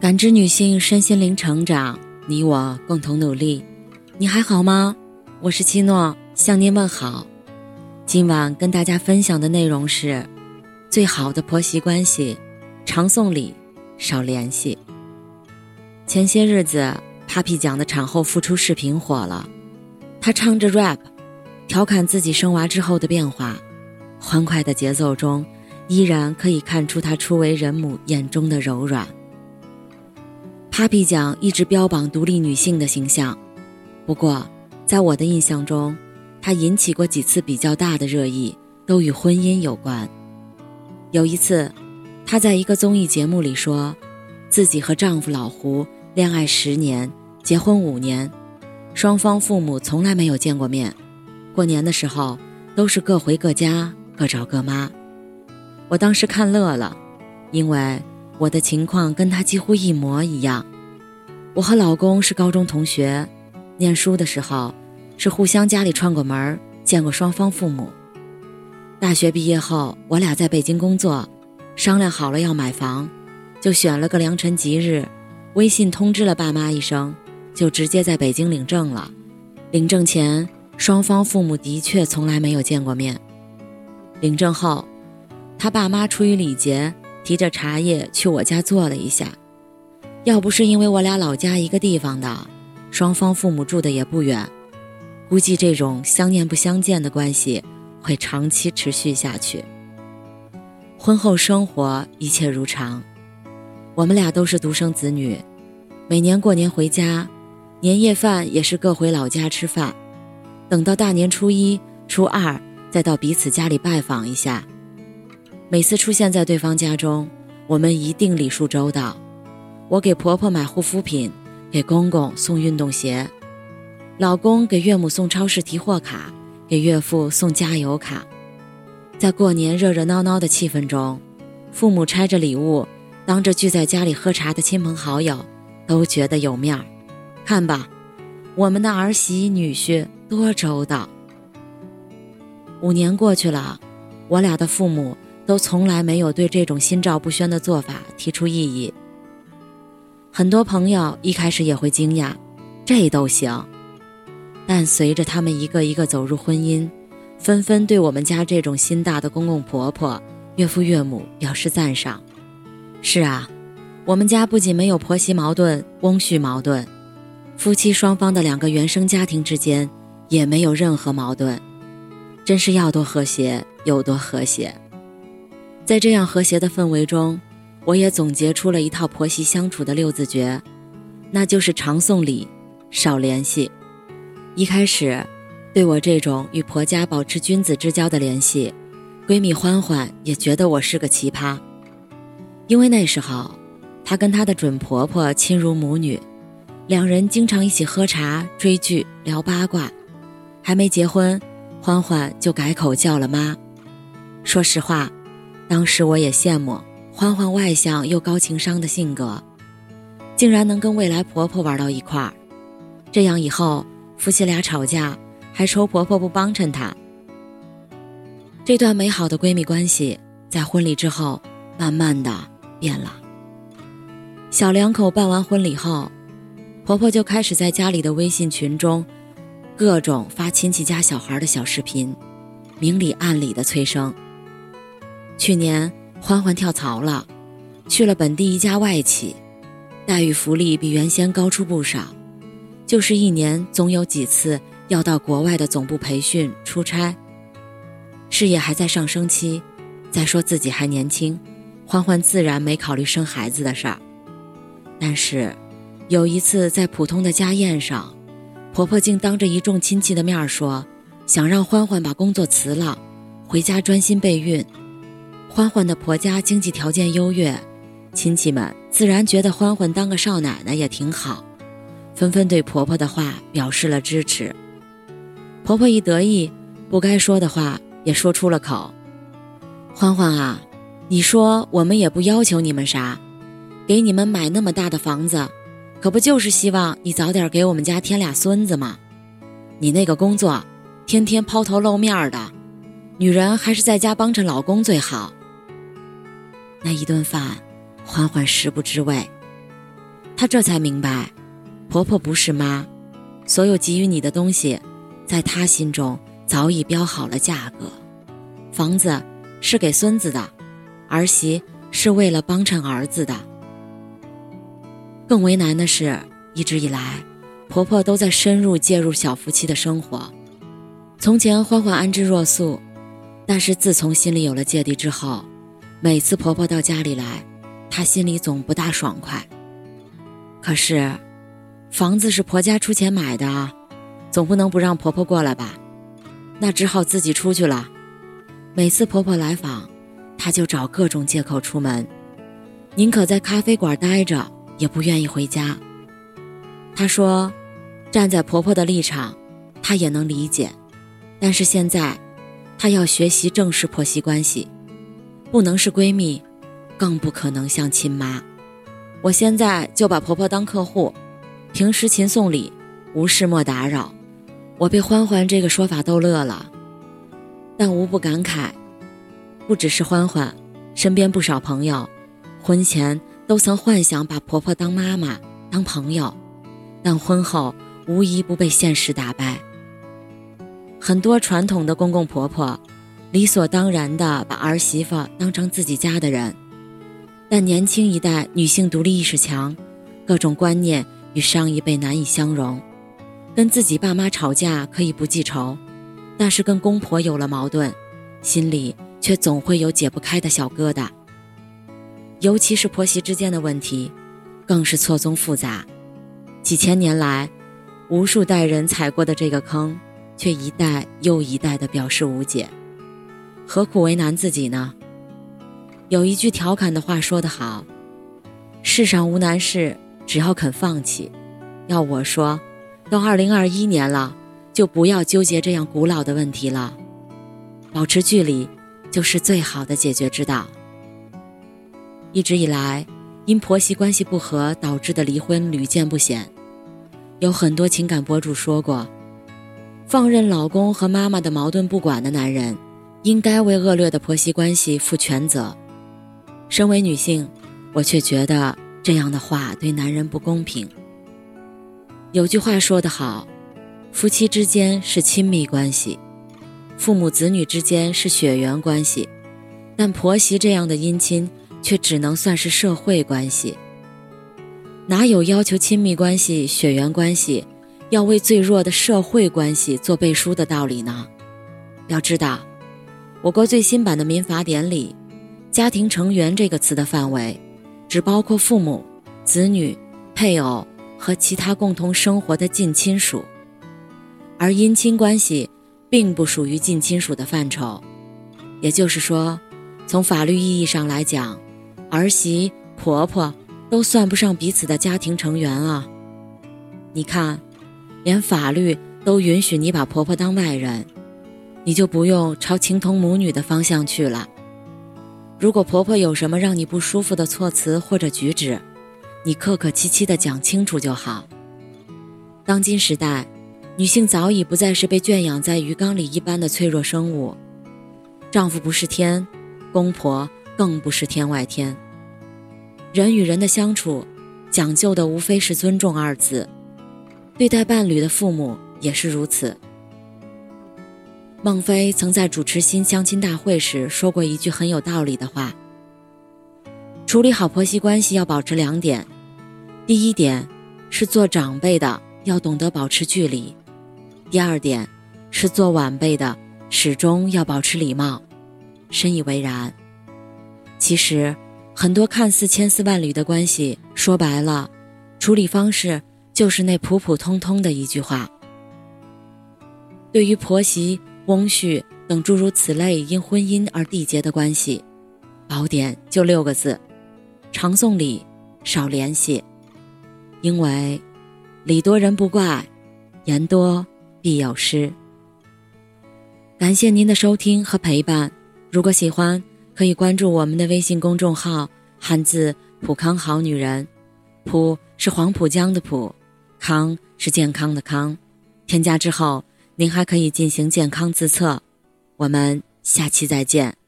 感知女性身心灵成长，你我共同努力。你还好吗？我是七诺，向您问好。今晚跟大家分享的内容是最好的婆媳关系，常送礼，少联系。前些日子 Papi 讲的产后复出视频火了，她唱着 rap 调侃自己生娃之后的变化，欢快的节奏中依然可以看出她初为人母眼中的柔软。Papi 讲一直标榜独立女性的形象，不过在我的印象中，她引起过几次比较大的热议，都与婚姻有关。有一次，她在一个综艺节目里说，自己和丈夫老胡恋爱10年，结婚5年，双方父母从来没有见过面，过年的时候都是各回各家，各找各妈。我当时看乐了，因为我的情况跟她几乎一模一样。我和老公是高中同学，念书的时候是互相家里串过门，见过双方父母。大学毕业后，我俩在北京工作，商量好了要买房，就选了个良辰吉日，微信通知了爸妈一声，就直接在北京领证了。领证前，双方父母的确从来没有见过面。领证后，他爸妈出于礼节，提着茶叶去我家坐了一下。要不是因为我俩老家一个地方的，双方父母住的也不远，估计这种相念不相见的关系会长期持续下去。婚后生活一切如常，我们俩都是独生子女，每年过年回家，年夜饭也是各回老家吃饭，等到大年初1、初2再到彼此家里拜访一下。每次出现在对方家中，我们一定礼数周到。我给婆婆买护肤品，给公公送运动鞋，老公给岳母送超市提货卡，给岳父送加油卡。在过年热热闹闹的气氛中，父母拆着礼物，当着聚在家里喝茶的亲朋好友，都觉得有面儿。看吧，我们的儿媳女婿多周到。5年过去了，我俩的父母都从来没有对这种心照不宣的做法提出异议。很多朋友一开始也会惊讶，这都行。但随着他们一个一个走入婚姻，纷纷对我们家这种心大的公公婆婆、岳父岳母表示赞赏。是啊，我们家不仅没有婆媳矛盾、翁婿矛盾，夫妻双方的2个原生家庭之间也没有任何矛盾，真是要多和谐有多和谐。在这样和谐的氛围中，我也总结出了一套婆媳相处的6字诀，那就是常送礼，少联系。一开始，对我这种与婆家保持君子之交的联系，闺蜜欢欢也觉得我是个奇葩。因为那时候，她跟她的准婆婆亲如母女，2人经常一起喝茶、追剧、聊八卦。还没结婚，欢欢就改口叫了妈。说实话，当时我也羡慕欢欢外向又高情商的性格，竟然能跟未来婆婆玩到一块儿。这样以后夫妻俩吵架还愁婆婆不帮衬她。这段美好的闺蜜关系在婚礼之后慢慢的变了。小2口办完婚礼后，婆婆就开始在家里的微信群中各种发亲戚家小孩的小视频，明里暗里的催生。去年欢欢跳槽了，去了本地一家外企，待遇福利比原先高出不少，就是1年总有几次要到国外的总部培训出差。事业还在上升期，再说自己还年轻，欢欢自然没考虑生孩子的事儿。但是有一次在普通的家宴上，婆婆竟当着一众亲戚的面说，想让欢欢把工作辞了，回家专心备孕。欢欢的婆家经济条件优越，亲戚们自然觉得欢欢当个少奶奶也挺好，纷纷对婆婆的话表示了支持。婆婆一得意，不该说的话也说出了口。欢欢啊，你说我们也不要求你们啥，给你们买那么大的房子，可不就是希望你早点给我们家添俩孙子吗？你那个工作，天天抛头露面的，女人还是在家帮衬老公最好。那一顿饭，欢欢食不知味， 她这才明白，婆婆不是妈，所有给予你的东西，在她心中早已标好了价格。房子是给孙子的，儿媳是为了帮衬儿子的。更为难的是，一直以来，婆婆都在深入介入小夫妻的生活。从前欢欢安之若素，但是自从心里有了芥蒂之后，每次婆婆到家里来，她心里总不大爽快。可是房子是婆家出钱买的啊，总不能不让婆婆过来吧，那只好自己出去了。每次婆婆来访，她就找各种借口出门，宁可在咖啡馆待着，也不愿意回家。她说，站在婆婆的立场，她也能理解，但是现在她要学习正视婆媳关系，不能是闺蜜，更不可能像亲妈。我现在就把婆婆当客户，平时勤送礼，无事莫打扰。我被欢欢这个说法逗乐了，但无不感慨，不只是欢欢，身边不少朋友婚前都曾幻想把婆婆当妈妈当朋友，但婚后无一不被现实打败。很多传统的公公婆婆理所当然地把儿媳妇当成自己家的人，但年轻一代女性独立意识强，各种观念与上一辈难以相容。跟自己爸妈吵架可以不记仇，但是跟公婆有了矛盾，心里却总会有解不开的小疙瘩。尤其是婆媳之间的问题，更是错综复杂。几千年来，无数代人踩过的这个坑，却一代又一代地表示无解，何苦为难自己呢？有一句调侃的话说得好，世上无难事，只要肯放弃。要我说，到2021年了，就不要纠结这样古老的问题了，保持距离就是最好的解决之道。一直以来，因婆媳关系不和导致的离婚屡见不鲜，有很多情感博主说过，放任老公和妈妈的矛盾不管的男人，应该为恶劣的婆媳关系负全责。身为女性，我却觉得这样的话对男人不公平。有句话说得好，夫妻之间是亲密关系，父母子女之间是血缘关系，但婆媳这样的姻亲却只能算是社会关系。哪有要求亲密关系、血缘关系要为最弱的社会关系做背书的道理呢？要知道，我国最新版的民法典里，家庭成员这个词的范围只包括父母、子女、配偶和其他共同生活的近亲属，而姻亲关系并不属于近亲属的范畴。也就是说，从法律意义上来讲，儿媳、婆婆都算不上彼此的家庭成员啊。你看，连法律都允许你把婆婆当外人，你就不用朝情同母女的方向去了。如果婆婆有什么让你不舒服的措辞或者举止，你客客气气地讲清楚就好。当今时代，女性早已不再是被圈养在鱼缸里一般的脆弱生物，丈夫不是天，公婆更不是天外天。人与人的相处，讲究的无非是尊重二字，对待伴侣的父母也是如此。孟非曾在主持新相亲大会时说过一句很有道理的话，处理好婆媳关系要保持2点。第一点是做长辈的要懂得保持距离，第2点是做晚辈的始终要保持礼貌。深以为然。其实很多看似千丝万缕的关系，说白了，处理方式就是那普普通通的一句话。对于婆媳、翁婿等诸如此类因婚姻而缔结的关系，宝典就6个字：常送礼，少联系。因为礼多人不怪，言多必有失。感谢您的收听和陪伴，如果喜欢，可以关注我们的微信公众号汉字普康好女人，普是黄浦江的浦，康是健康的康。添加之后，您还可以进行健康自测。我们下期再见。